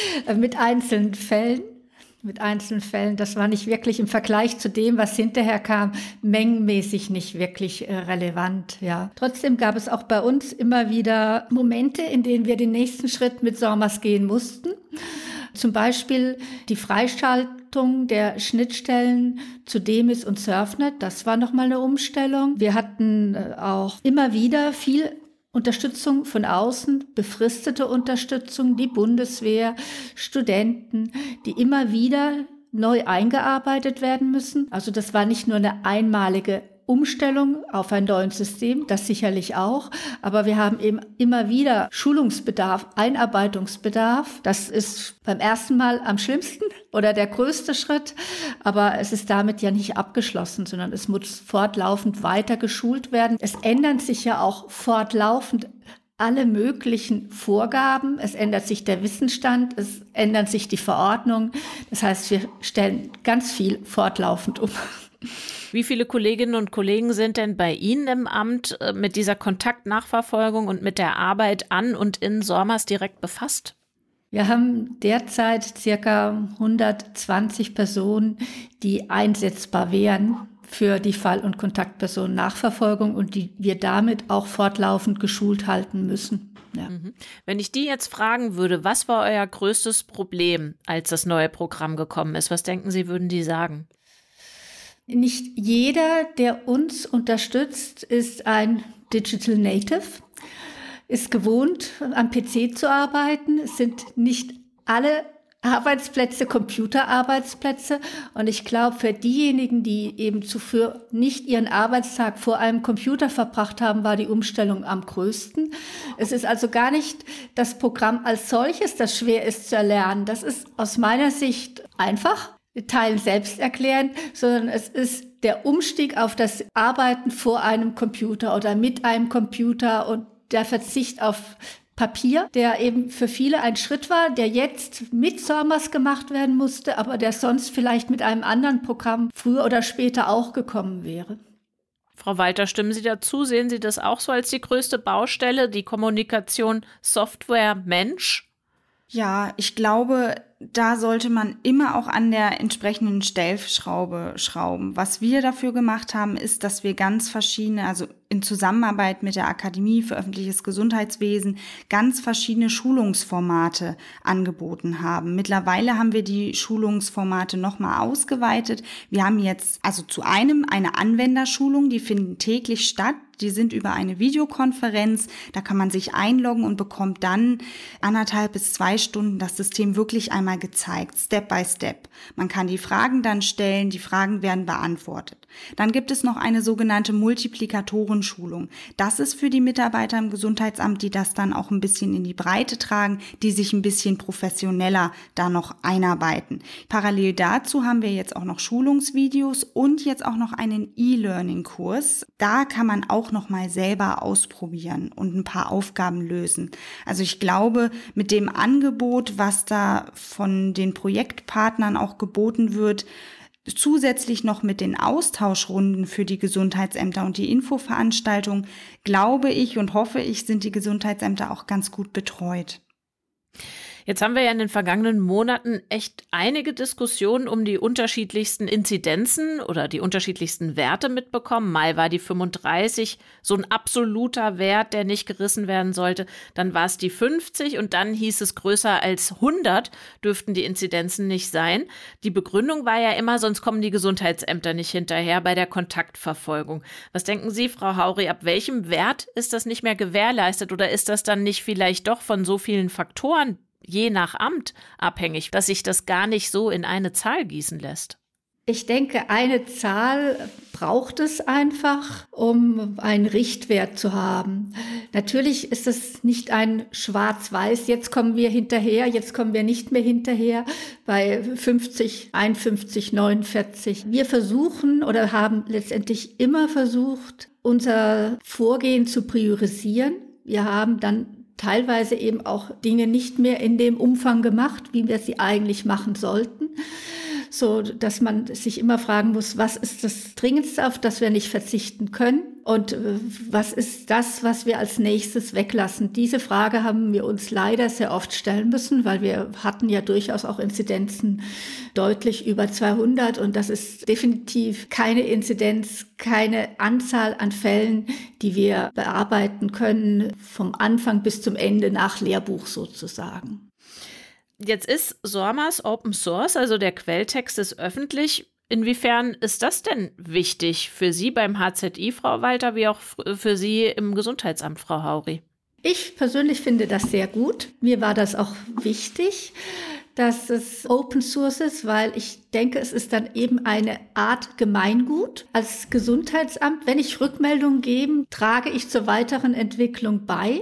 mit einzelnen Fällen. Das war nicht wirklich im Vergleich zu dem, was hinterher kam, mengenmäßig nicht wirklich relevant. Ja. Trotzdem gab es auch bei uns immer wieder Momente, in denen wir den nächsten Schritt mit SORMAS gehen mussten. Zum Beispiel die Freischaltung der Schnittstellen zu DEMIS und Surfnet. Das war nochmal eine Umstellung. Wir hatten auch immer wieder viel Unterstützung von außen, befristete Unterstützung, die Bundeswehr, Studenten, die immer wieder neu eingearbeitet werden müssen. Also das war nicht nur eine einmalige Umstellung auf ein neues System, das sicherlich auch, aber wir haben eben immer wieder Schulungsbedarf, Einarbeitungsbedarf. Das ist beim ersten Mal am schlimmsten oder der größte Schritt, aber es ist damit ja nicht abgeschlossen, sondern es muss fortlaufend weiter geschult werden. Es ändern sich ja auch fortlaufend alle möglichen Vorgaben. Es ändert sich der Wissensstand, es ändern sich die Verordnungen. Das heißt, wir stellen ganz viel fortlaufend um. Wie viele Kolleginnen und Kollegen sind denn bei Ihnen im Amt mit dieser Kontaktnachverfolgung und mit der Arbeit an und in SORMAS direkt befasst? Wir haben derzeit circa 120 Personen, die einsetzbar wären für die Fall- und Kontaktpersonennachverfolgung und die wir damit auch fortlaufend geschult halten müssen. Ja. Wenn ich die jetzt fragen würde, was war euer größtes Problem, als das neue Programm gekommen ist? Was denken Sie, würden die sagen? Nicht jeder, der uns unterstützt, ist ein Digital Native, ist gewohnt, am PC zu arbeiten. Es sind nicht alle Arbeitsplätze, Computerarbeitsplätze. Und ich glaube, für diejenigen, die eben zuvor nicht ihren Arbeitstag vor einem Computer verbracht haben, war die Umstellung am größten. Es ist also gar nicht das Programm als solches, das schwer ist zu erlernen. Das ist aus meiner Sicht einfach, Teilen selbst erklären, sondern es ist der Umstieg auf das Arbeiten vor einem Computer oder mit einem Computer und der Verzicht auf Papier, der eben für viele ein Schritt war, der jetzt mit SORMAS gemacht werden musste, aber der sonst vielleicht mit einem anderen Programm früher oder später auch gekommen wäre. Frau Walter, stimmen Sie dazu? Sehen Sie das auch so als die größte Baustelle, die Kommunikation Software-Mensch? Ja, ich glaube, da sollte man immer auch an der entsprechenden Stellschraube schrauben. Was wir dafür gemacht haben, ist, dass wir ganz verschiedene, also in Zusammenarbeit mit der Akademie für öffentliches Gesundheitswesen, ganz verschiedene Schulungsformate angeboten haben. Mittlerweile haben wir die Schulungsformate nochmal ausgeweitet. Wir haben jetzt also zu einem eine Anwenderschulung, die finden täglich statt. Die sind über eine Videokonferenz, da kann man sich einloggen und bekommt dann 1,5 bis 2 Stunden das System wirklich einmal gezeigt, Step by Step. Man kann die Fragen dann stellen, die Fragen werden beantwortet. Dann gibt es noch eine sogenannte Multiplikatorenschulung. Das ist für die Mitarbeiter im Gesundheitsamt, die das dann auch ein bisschen in die Breite tragen, die sich ein bisschen professioneller da noch einarbeiten. Parallel dazu haben wir jetzt auch noch Schulungsvideos und jetzt auch noch einen E-Learning-Kurs. Da kann man auch noch mal selber ausprobieren und ein paar Aufgaben lösen. Also ich glaube, mit dem Angebot, was da von den Projektpartnern auch geboten wird, zusätzlich noch mit den Austauschrunden für die Gesundheitsämter und die Infoveranstaltung, glaube ich und hoffe ich, sind die Gesundheitsämter auch ganz gut betreut. Jetzt haben wir ja in den vergangenen Monaten echt einige Diskussionen um die unterschiedlichsten Inzidenzen oder die unterschiedlichsten Werte mitbekommen. Mal war die 35 so ein absoluter Wert, der nicht gerissen werden sollte. Dann war es die 50 und dann hieß es, größer als 100 dürften die Inzidenzen nicht sein. Die Begründung war ja immer, sonst kommen die Gesundheitsämter nicht hinterher bei der Kontaktverfolgung. Was denken Sie, Frau Haury, ab welchem Wert ist das nicht mehr gewährleistet oder ist das dann nicht vielleicht doch von so vielen Faktoren je nach Amt abhängig, dass sich das gar nicht so in eine Zahl gießen lässt? Ich denke, eine Zahl braucht es einfach, um einen Richtwert zu haben. Natürlich ist es nicht ein Schwarz-Weiß, jetzt kommen wir hinterher, jetzt kommen wir nicht mehr hinterher bei 50, 51, 49. Wir versuchen oder haben letztendlich immer versucht, unser Vorgehen zu priorisieren. Wir haben dann teilweise eben auch Dinge nicht mehr in dem Umfang gemacht, wie wir sie eigentlich machen sollten, so dass man sich immer fragen muss, was ist das Dringendste, auf das wir nicht verzichten können und was ist das, was wir als nächstes weglassen. Diese Frage haben wir uns leider sehr oft stellen müssen, weil wir hatten ja durchaus auch Inzidenzen deutlich über 200 und das ist definitiv keine Inzidenz, keine Anzahl an Fällen, die wir bearbeiten können vom Anfang bis zum Ende nach Lehrbuch sozusagen. Jetzt ist SORMAS Open Source, also der Quelltext ist öffentlich. Inwiefern ist das denn wichtig für Sie beim HZI, Frau Walter, wie auch für Sie im Gesundheitsamt, Frau Haury? Ich persönlich finde das sehr gut. Mir war das auch wichtig, dass es Open Source ist, weil ich denke, es ist dann eben eine Art Gemeingut. Als Gesundheitsamt, wenn ich Rückmeldungen gebe, trage ich zur weiteren Entwicklung bei.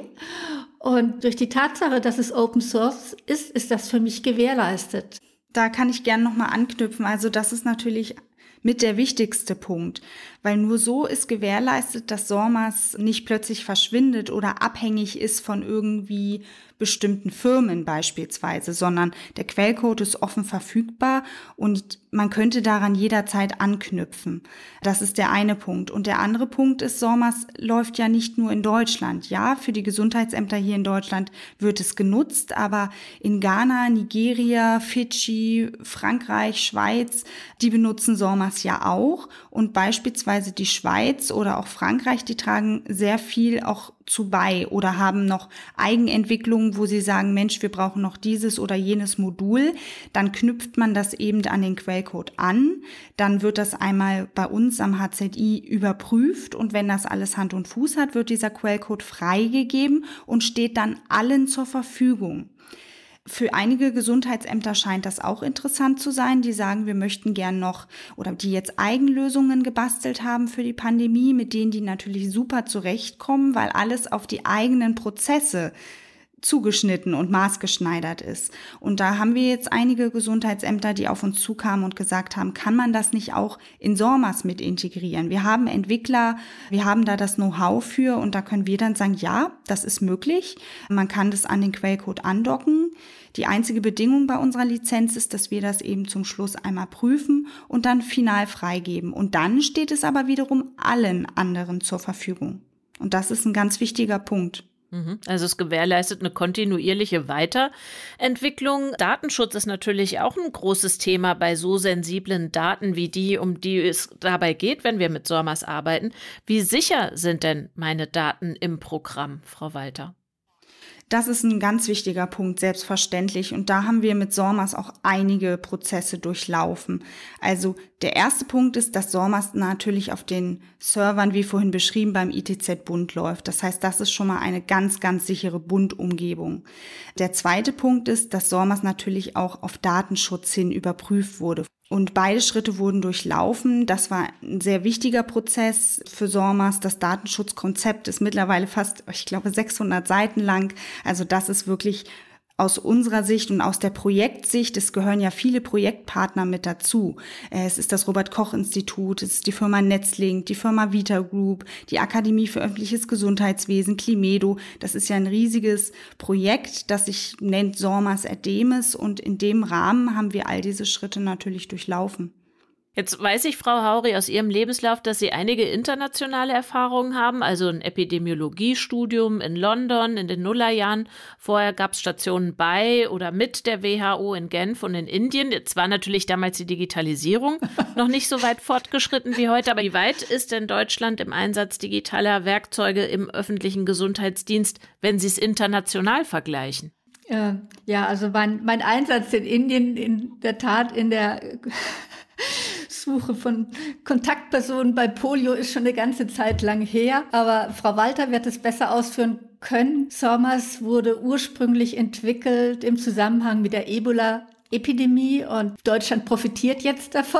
Und durch die Tatsache, dass es Open Source ist, ist das für mich gewährleistet. Da kann ich gerne nochmal anknüpfen. Also das ist natürlich mit der wichtigste Punkt, weil nur so ist gewährleistet, dass SORMAS nicht plötzlich verschwindet oder abhängig ist von irgendwie bestimmten Firmen beispielsweise, sondern der Quellcode ist offen verfügbar und man könnte daran jederzeit anknüpfen. Das ist der eine Punkt. Und der andere Punkt ist, SORMAS läuft ja nicht nur in Deutschland. Ja, für die Gesundheitsämter hier in Deutschland wird es genutzt, aber in Ghana, Nigeria, Fidschi, Frankreich, Schweiz, die benutzen SORMAS ja auch. Und beispielsweise die Schweiz oder auch Frankreich, die tragen sehr viel auch zu bei oder haben noch Eigenentwicklungen, wo sie sagen, Mensch, wir brauchen noch dieses oder jenes Modul, dann knüpft man das eben an den Quellcode an. Dann wird das einmal bei uns am HZI überprüft und wenn das alles Hand und Fuß hat, wird dieser Quellcode freigegeben und steht dann allen zur Verfügung. Für einige Gesundheitsämter scheint das auch interessant zu sein, die sagen, wir möchten gern noch oder die jetzt Eigenlösungen gebastelt haben für die Pandemie, mit denen die natürlich super zurechtkommen, weil alles auf die eigenen Prozesse zugeschnitten und maßgeschneidert ist. Und da haben wir jetzt einige Gesundheitsämter, die auf uns zukamen und gesagt haben, kann man das nicht auch in SORMAS mit integrieren? Wir haben Entwickler, wir haben da das Know-how für und da können wir dann sagen, ja, das ist möglich. Man kann das an den Quellcode andocken. Die einzige Bedingung bei unserer Lizenz ist, dass wir das eben zum Schluss einmal prüfen und dann final freigeben. Und dann steht es aber wiederum allen anderen zur Verfügung. Und das ist ein ganz wichtiger Punkt. Also es gewährleistet eine kontinuierliche Weiterentwicklung. Datenschutz ist natürlich auch ein großes Thema bei so sensiblen Daten wie die, um die es dabei geht, wenn wir mit SORMAS arbeiten. Wie sicher sind denn meine Daten im Programm, Frau Walter? Das ist ein ganz wichtiger Punkt, selbstverständlich. Und da haben wir mit SORMAS auch einige Prozesse durchlaufen. Also der erste Punkt ist, dass SORMAS natürlich auf den Servern, wie vorhin beschrieben, beim ITZ-Bund läuft. Das heißt, das ist schon mal eine ganz, ganz sichere Bundumgebung. Der zweite Punkt ist, dass SORMAS natürlich auch auf Datenschutz hin überprüft wurde. Und beide Schritte wurden durchlaufen. Das war ein sehr wichtiger Prozess für SORMAS. Das Datenschutzkonzept ist mittlerweile fast, ich glaube, 600 Seiten lang. Also das ist wirklich aus unserer Sicht und aus der Projektsicht, es gehören ja viele Projektpartner mit dazu. Es ist das Robert-Koch-Institut, es ist die Firma Netzlink, die Firma Vita Group, die Akademie für öffentliches Gesundheitswesen, Climedo. Das ist ja ein riesiges Projekt, das sich nennt SORMAS Edemis und in dem Rahmen haben wir all diese Schritte natürlich durchlaufen. Jetzt weiß ich, Frau Haury, aus Ihrem Lebenslauf, dass Sie einige internationale Erfahrungen haben, also ein Epidemiologiestudium in London in den Nullerjahren. Vorher gab es Stationen bei oder mit der WHO in Genf und in Indien. Jetzt war natürlich damals die Digitalisierung noch nicht so weit fortgeschritten wie heute. Aber wie weit ist denn Deutschland im Einsatz digitaler Werkzeuge im öffentlichen Gesundheitsdienst, wenn Sie es international vergleichen? Ja, also mein Einsatz in Indien in der Tat in der Suche von Kontaktpersonen bei Polio ist schon eine ganze Zeit lang her. Aber Frau Walter wird es besser ausführen können. SORMAS wurde ursprünglich entwickelt im Zusammenhang mit der Ebola-Epidemie und Deutschland profitiert jetzt davon.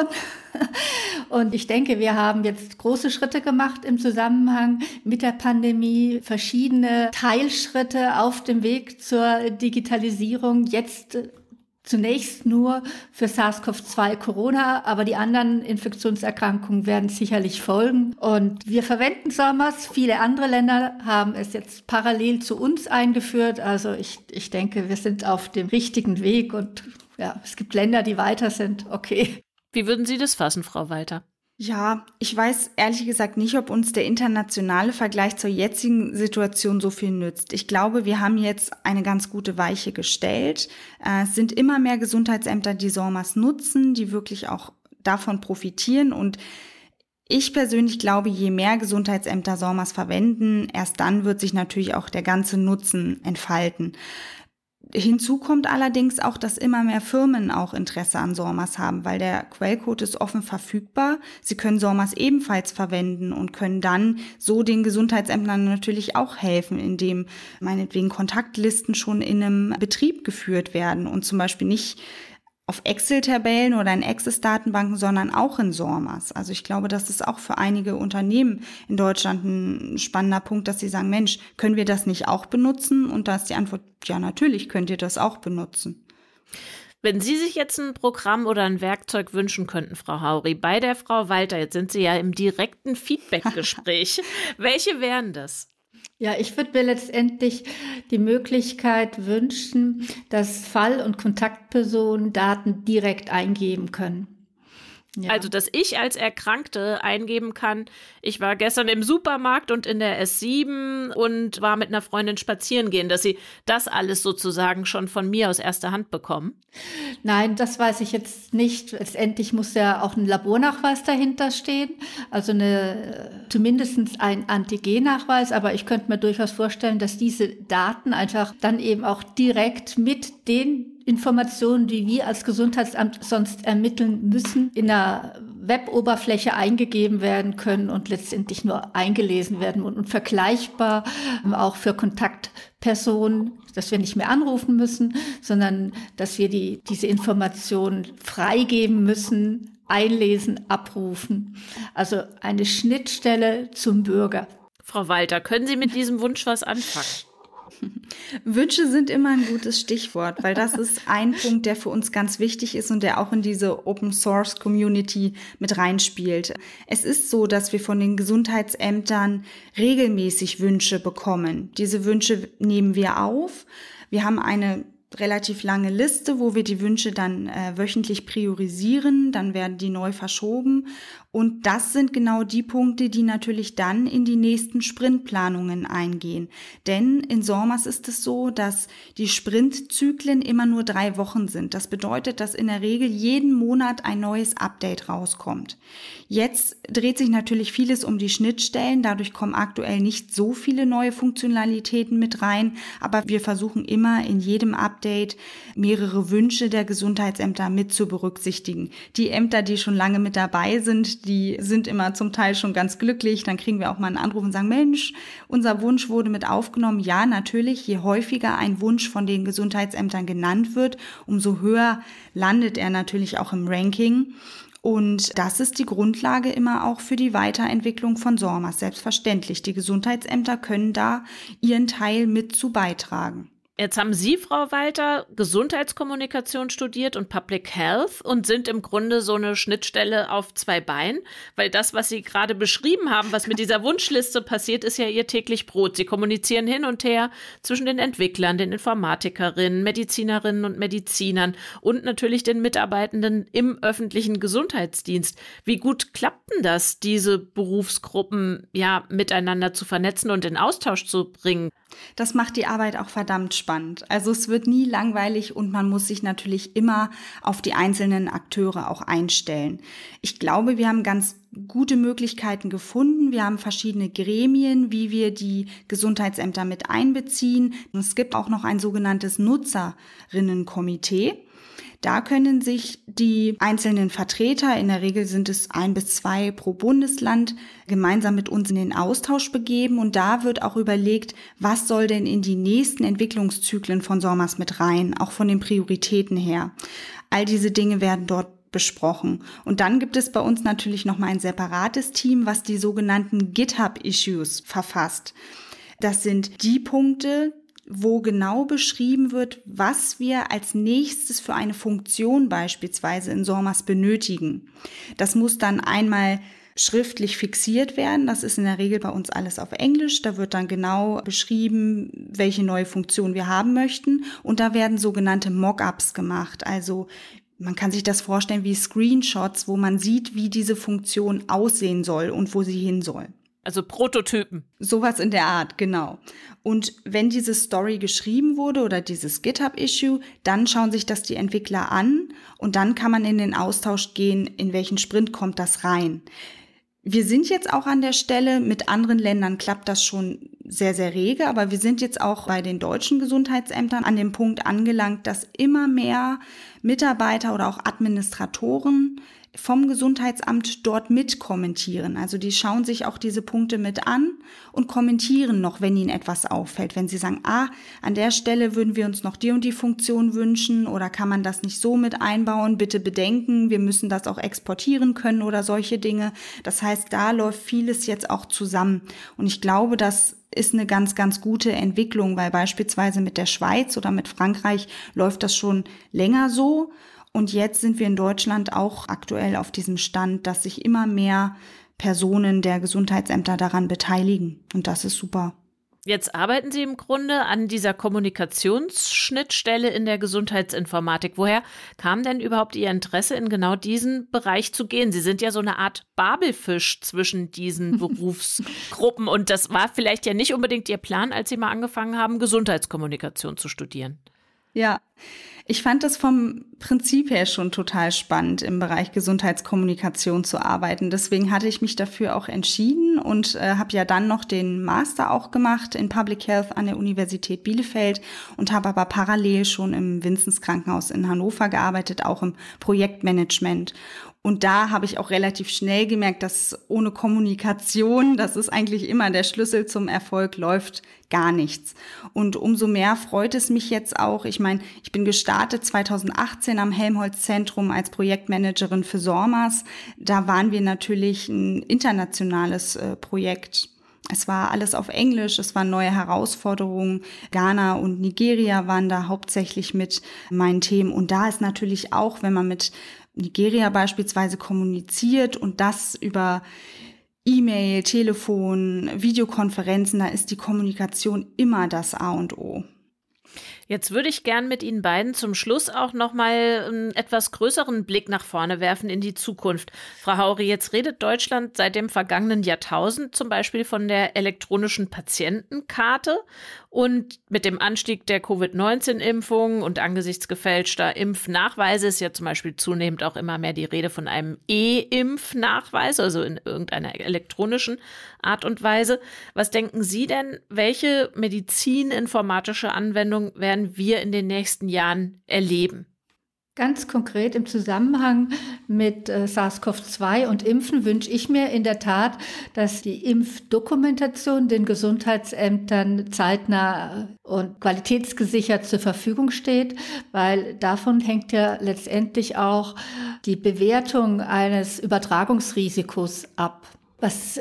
Und ich denke, wir haben jetzt große Schritte gemacht im Zusammenhang mit der Pandemie, verschiedene Teilschritte auf dem Weg zur Digitalisierung. Jetzt zunächst nur für SARS-CoV-2 Corona, aber die anderen Infektionserkrankungen werden sicherlich folgen. Und wir verwenden SORMAS. Viele andere Länder haben es jetzt parallel zu uns eingeführt. Also ich denke, wir sind auf dem richtigen Weg und ja, es gibt Länder, die weiter sind. Okay. Wie würden Sie das fassen, Frau Walter? Ja, ich weiß ehrlich gesagt nicht, ob uns der internationale Vergleich zur jetzigen Situation so viel nützt. Ich glaube, wir haben jetzt eine ganz gute Weiche gestellt. Es sind immer mehr Gesundheitsämter, die SORMAS nutzen, die wirklich auch davon profitieren. Und ich persönlich glaube, je mehr Gesundheitsämter SORMAS verwenden, erst dann wird sich natürlich auch der ganze Nutzen entfalten. Hinzu kommt allerdings auch, dass immer mehr Firmen auch Interesse an SORMAS haben, weil der Quellcode ist offen verfügbar. Sie können SORMAS ebenfalls verwenden und können dann so den Gesundheitsämtern natürlich auch helfen, indem meinetwegen Kontaktlisten schon in einem Betrieb geführt werden und zum Beispiel nicht auf Excel-Tabellen oder in Access-Datenbanken, sondern auch in SORMAS. Also ich glaube, das ist auch für einige Unternehmen in Deutschland ein spannender Punkt, dass sie sagen, Mensch, können wir das nicht auch benutzen? Und da ist die Antwort, ja, natürlich könnt ihr das auch benutzen. Wenn Sie sich jetzt ein Programm oder ein Werkzeug wünschen könnten, Frau Haury, bei der Frau Walter, jetzt sind Sie ja im direkten Feedback-Gespräch, welche wären das? Ja, ich würde mir letztendlich die Möglichkeit wünschen, dass Fall- und Kontaktpersonen Daten direkt eingeben können. Ja. Also, dass ich als Erkrankte eingeben kann, ich war gestern im Supermarkt und in der S7 und war mit einer Freundin spazieren gehen, dass sie das alles sozusagen schon von mir aus erster Hand bekommen? Nein, das weiß ich jetzt nicht. Letztendlich muss ja auch ein Labornachweis dahinter stehen, also zumindest ein Antigennachweis. Aber ich könnte mir durchaus vorstellen, dass diese Daten einfach dann eben auch direkt mit den Informationen, die wir als Gesundheitsamt sonst ermitteln müssen, in einer Web-Oberfläche eingegeben werden können und letztendlich nur eingelesen werden und vergleichbar auch für Kontaktpersonen, dass wir nicht mehr anrufen müssen, sondern dass wir diese Informationen freigeben müssen, einlesen, abrufen. Also eine Schnittstelle zum Bürger. Frau Walter, können Sie mit diesem Wunsch was anfangen? Wünsche sind immer ein gutes Stichwort, weil das ist ein Punkt, der für uns ganz wichtig ist und der auch in diese Open-Source-Community mit reinspielt. Es ist so, dass wir von den Gesundheitsämtern regelmäßig Wünsche bekommen. Diese Wünsche nehmen wir auf. Wir haben eine relativ lange Liste, wo wir die Wünsche dann wöchentlich priorisieren, dann werden die neu verschoben und das sind genau die Punkte, die natürlich dann in die nächsten Sprintplanungen eingehen. Denn in SORMAS ist es so, dass die Sprintzyklen immer nur 3 Wochen sind. Das bedeutet, dass in der Regel jeden Monat ein neues Update rauskommt. Jetzt dreht sich natürlich vieles um die Schnittstellen, dadurch kommen aktuell nicht so viele neue Funktionalitäten mit rein, aber wir versuchen immer in jedem Update mehrere Wünsche der Gesundheitsämter mit zu berücksichtigen. Die Ämter, die schon lange mit dabei sind, die sind immer zum Teil schon ganz glücklich. Dann kriegen wir auch mal einen Anruf und sagen, Mensch, unser Wunsch wurde mit aufgenommen. Ja, natürlich, je häufiger ein Wunsch von den Gesundheitsämtern genannt wird, umso höher landet er natürlich auch im Ranking. Und das ist die Grundlage immer auch für die Weiterentwicklung von SORMAS. Selbstverständlich, die Gesundheitsämter können da ihren Teil mit zu beitragen. Jetzt haben Sie, Frau Walter, Gesundheitskommunikation studiert und Public Health und sind im Grunde so eine Schnittstelle auf 2 Beinen, weil das, was Sie gerade beschrieben haben, was mit dieser Wunschliste passiert, ist ja Ihr täglich Brot. Sie kommunizieren hin und her zwischen den Entwicklern, den Informatikerinnen, Medizinerinnen und Medizinern und natürlich den Mitarbeitenden im öffentlichen Gesundheitsdienst. Wie gut klappt denn das, diese Berufsgruppen ja miteinander zu vernetzen und in Austausch zu bringen? Das macht die Arbeit auch verdammt spannend. Also es wird nie langweilig und man muss sich natürlich immer auf die einzelnen Akteure auch einstellen. Ich glaube, wir haben ganz gute Möglichkeiten gefunden. Wir haben verschiedene Gremien, wie wir die Gesundheitsämter mit einbeziehen. Und es gibt auch noch ein sogenanntes Nutzerinnenkomitee. Da können sich die einzelnen Vertreter, in der Regel sind es 1 bis 2 pro Bundesland, gemeinsam mit uns in den Austausch begeben. Und da wird auch überlegt, was soll denn in die nächsten Entwicklungszyklen von SORMAS mit rein, auch von den Prioritäten her. All diese Dinge werden dort besprochen. Und dann gibt es bei uns natürlich nochmal ein separates Team, was die sogenannten GitHub-Issues verfasst. Das sind die Punkte, wo genau beschrieben wird, was wir als nächstes für eine Funktion beispielsweise in SORMAS benötigen. Das muss dann einmal schriftlich fixiert werden. Das ist in der Regel bei uns alles auf Englisch. Da wird dann genau beschrieben, welche neue Funktion wir haben möchten. Und da werden sogenannte Mockups gemacht. Also man kann sich das vorstellen wie Screenshots, wo man sieht, wie diese Funktion aussehen soll und wo sie hin soll. Also Prototypen. Sowas in der Art, genau. Und wenn diese Story geschrieben wurde oder dieses GitHub-Issue, dann schauen sich das die Entwickler an und dann kann man in den Austausch gehen, in welchen Sprint kommt das rein. Wir sind jetzt auch an der Stelle, mit anderen Ländern klappt das schon sehr, sehr rege, aber wir sind jetzt auch bei den deutschen Gesundheitsämtern an dem Punkt angelangt, dass immer mehr Mitarbeiter oder auch Administratoren vom Gesundheitsamt dort mitkommentieren. Also die schauen sich auch diese Punkte mit an und kommentieren noch, wenn ihnen etwas auffällt. Wenn sie sagen, an der Stelle würden wir uns noch die und die Funktion wünschen oder kann man das nicht so mit einbauen, bitte bedenken, wir müssen das auch exportieren können oder solche Dinge. Das heißt, da läuft vieles jetzt auch zusammen. Und ich glaube, das ist eine ganz, ganz gute Entwicklung, weil beispielsweise mit der Schweiz oder mit Frankreich läuft das schon länger so. Und jetzt sind wir in Deutschland auch aktuell auf diesem Stand, dass sich immer mehr Personen der Gesundheitsämter daran beteiligen. Und das ist super. Jetzt arbeiten Sie im Grunde an dieser Kommunikationsschnittstelle in der Gesundheitsinformatik. Woher kam denn überhaupt Ihr Interesse, in genau diesen Bereich zu gehen? Sie sind ja so eine Art Babelfisch zwischen diesen Berufsgruppen und das war vielleicht ja nicht unbedingt Ihr Plan, als Sie mal angefangen haben, Gesundheitskommunikation zu studieren. Ja, ich fand das vom Prinzip her schon total spannend, im Bereich Gesundheitskommunikation zu arbeiten. Deswegen hatte ich mich dafür auch entschieden und habe ja dann noch den Master auch gemacht in Public Health an der Universität Bielefeld und habe aber parallel schon im Vinzens Krankenhaus in Hannover gearbeitet, auch im Projektmanagement. Und da habe ich auch relativ schnell gemerkt, dass ohne Kommunikation, das ist eigentlich immer der Schlüssel zum Erfolg, läuft gar nichts. Und umso mehr freut es mich jetzt auch. Ich meine, ich bin gestartet 2018 am Helmholtz-Zentrum als Projektmanagerin für SORMAS. Da waren wir natürlich ein internationales Projekt. Es war alles auf Englisch, es waren neue Herausforderungen. Ghana und Nigeria waren da hauptsächlich mit meinen Themen. Und da ist natürlich auch, wenn man mit Nigeria beispielsweise kommuniziert und das über E-Mail, Telefon, Videokonferenzen, da ist die Kommunikation immer das A und O. Jetzt würde ich gern mit Ihnen beiden zum Schluss auch nochmal einen etwas größeren Blick nach vorne werfen in die Zukunft. Frau Haury, jetzt redet Deutschland seit dem vergangenen Jahrtausend zum Beispiel von der elektronischen Patientenkarte. Und mit dem Anstieg der Covid-19-Impfung und angesichts gefälschter Impfnachweise ist ja zum Beispiel zunehmend auch immer mehr die Rede von einem E-Impfnachweis, also in irgendeiner elektronischen Art und Weise. Was denken Sie denn, welche medizininformatische Anwendung werden wir in den nächsten Jahren erleben? Ganz konkret im Zusammenhang mit SARS-CoV-2 und Impfen wünsche ich mir in der Tat, dass die Impfdokumentation den Gesundheitsämtern zeitnah und qualitätsgesichert zur Verfügung steht, weil davon hängt ja letztendlich auch die Bewertung eines Übertragungsrisikos ab. Was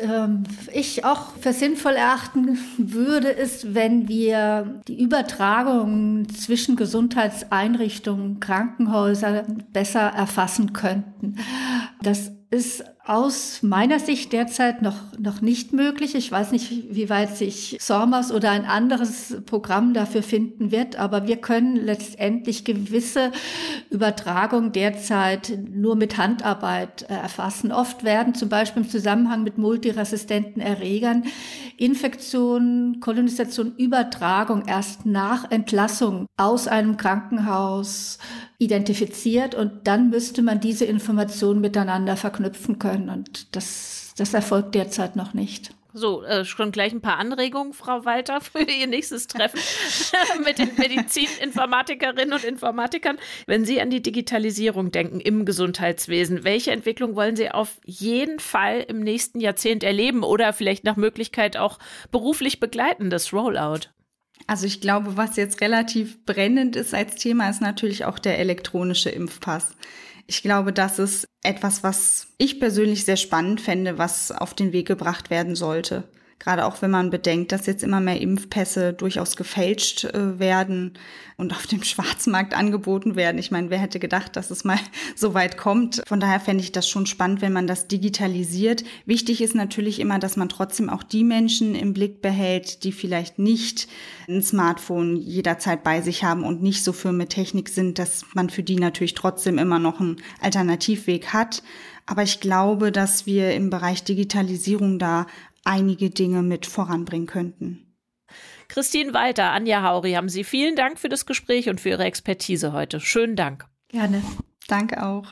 ich auch für sinnvoll erachten würde, ist, wenn wir die Übertragung zwischen Gesundheitseinrichtungen, Krankenhäusern besser erfassen könnten. Das ist aus meiner Sicht derzeit noch nicht möglich. Ich weiß nicht, wie weit sich SORMAS oder ein anderes Programm dafür finden wird, aber wir können letztendlich gewisse Übertragungen derzeit nur mit Handarbeit erfassen. Oft werden zum Beispiel im Zusammenhang mit multiresistenten Erregern Infektionen, Kolonisation, Übertragung erst nach Entlassung aus einem Krankenhaus identifiziert und dann müsste man diese Informationen miteinander verknüpfen können und das erfolgt derzeit noch nicht. So, schon gleich ein paar Anregungen, Frau Walter, für Ihr nächstes Treffen mit den Medizininformatikerinnen und Informatikern. Wenn Sie an die Digitalisierung denken im Gesundheitswesen, welche Entwicklung wollen Sie auf jeden Fall im nächsten Jahrzehnt erleben oder vielleicht nach Möglichkeit auch beruflich begleiten, das Rollout? Also ich glaube, was jetzt relativ brennend ist als Thema, ist natürlich auch der elektronische Impfpass. Ich glaube, das ist etwas, was ich persönlich sehr spannend fände, was auf den Weg gebracht werden sollte. Gerade auch wenn man bedenkt, dass jetzt immer mehr Impfpässe durchaus gefälscht werden und auf dem Schwarzmarkt angeboten werden. Ich meine, wer hätte gedacht, dass es mal so weit kommt? Von daher fände ich das schon spannend, wenn man das digitalisiert. Wichtig ist natürlich immer, dass man trotzdem auch die Menschen im Blick behält, die vielleicht nicht ein Smartphone jederzeit bei sich haben und nicht so firm mit Technik sind, dass man für die natürlich trotzdem immer noch einen Alternativweg hat. Aber ich glaube, dass wir im Bereich Digitalisierung da einige Dinge mit voranbringen könnten. Christine Walter, Anja Haury, haben Sie vielen Dank für das Gespräch und für Ihre Expertise heute. Schönen Dank. Gerne. Danke auch.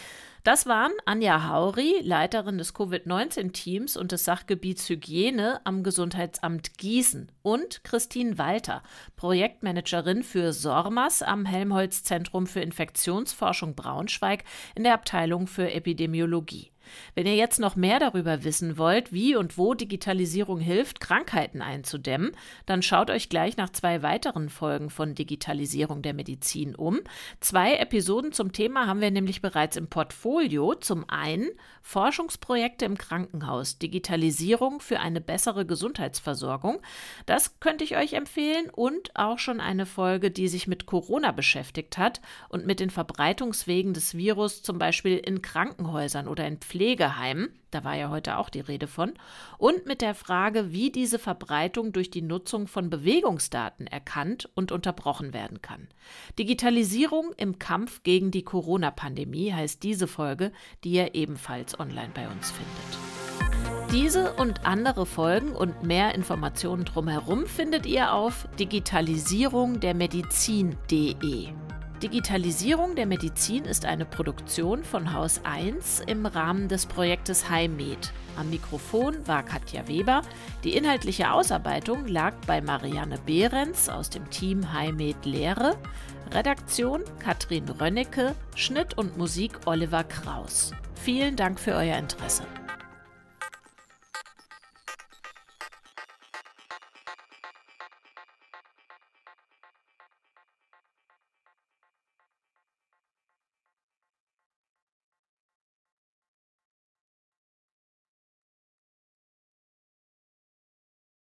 Das waren Anja Haury, Leiterin des Covid-19-Teams und des Sachgebiets Hygiene am Gesundheitsamt Gießen, und Christine Walter, Projektmanagerin für SORMAS am Helmholtz-Zentrum für Infektionsforschung Braunschweig in der Abteilung für Epidemiologie. Wenn ihr jetzt noch mehr darüber wissen wollt, wie und wo Digitalisierung hilft, Krankheiten einzudämmen, dann schaut euch gleich nach 2 weiteren Folgen von Digitalisierung der Medizin um. 2 Episoden zum Thema haben wir nämlich bereits im Portfolio. Zum einen Forschungsprojekte im Krankenhaus, Digitalisierung für eine bessere Gesundheitsversorgung. Das könnte ich euch empfehlen, und auch schon eine Folge, die sich mit Corona beschäftigt hat und mit den Verbreitungswegen des Virus, zum Beispiel in Krankenhäusern oder in Pflegeheimen. Pflegeheimen, da war ja heute auch die Rede von, und mit der Frage, wie diese Verbreitung durch die Nutzung von Bewegungsdaten erkannt und unterbrochen werden kann. Digitalisierung im Kampf gegen die Corona-Pandemie heißt diese Folge, die ihr ebenfalls online bei uns findet. Diese und andere Folgen und mehr Informationen drumherum findet ihr auf digitalisierungdermedizin.de. Digitalisierung der Medizin ist eine Produktion von Haus 1 im Rahmen des Projektes HiMed. Am Mikrofon war Katja Weber. Die inhaltliche Ausarbeitung lag bei Marianne Behrens aus dem Team HiMed Lehre. Redaktion Katrin Rönnecke, Schnitt und Musik Oliver Kraus. Vielen Dank für euer Interesse.